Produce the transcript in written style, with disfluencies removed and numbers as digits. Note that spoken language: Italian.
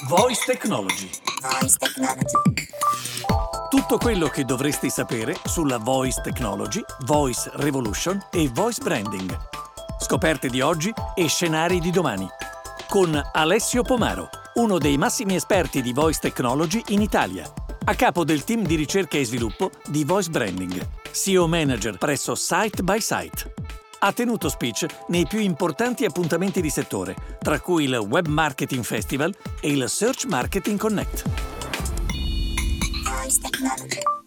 Voice Technology. Tutto quello che dovresti sapere sulla Voice Technology, Voice Revolution e Voice Branding. Scoperte di oggi e scenari di domani. Con Alessio Pomaro, uno dei massimi esperti di Voice Technology in Italia, a capo del team di ricerca e sviluppo di Voice Branding, CEO Manager presso Site by Site. Ha tenuto speech nei più importanti appuntamenti di settore, tra cui il Web Marketing Festival e il Search Marketing Connect. Voice Technology.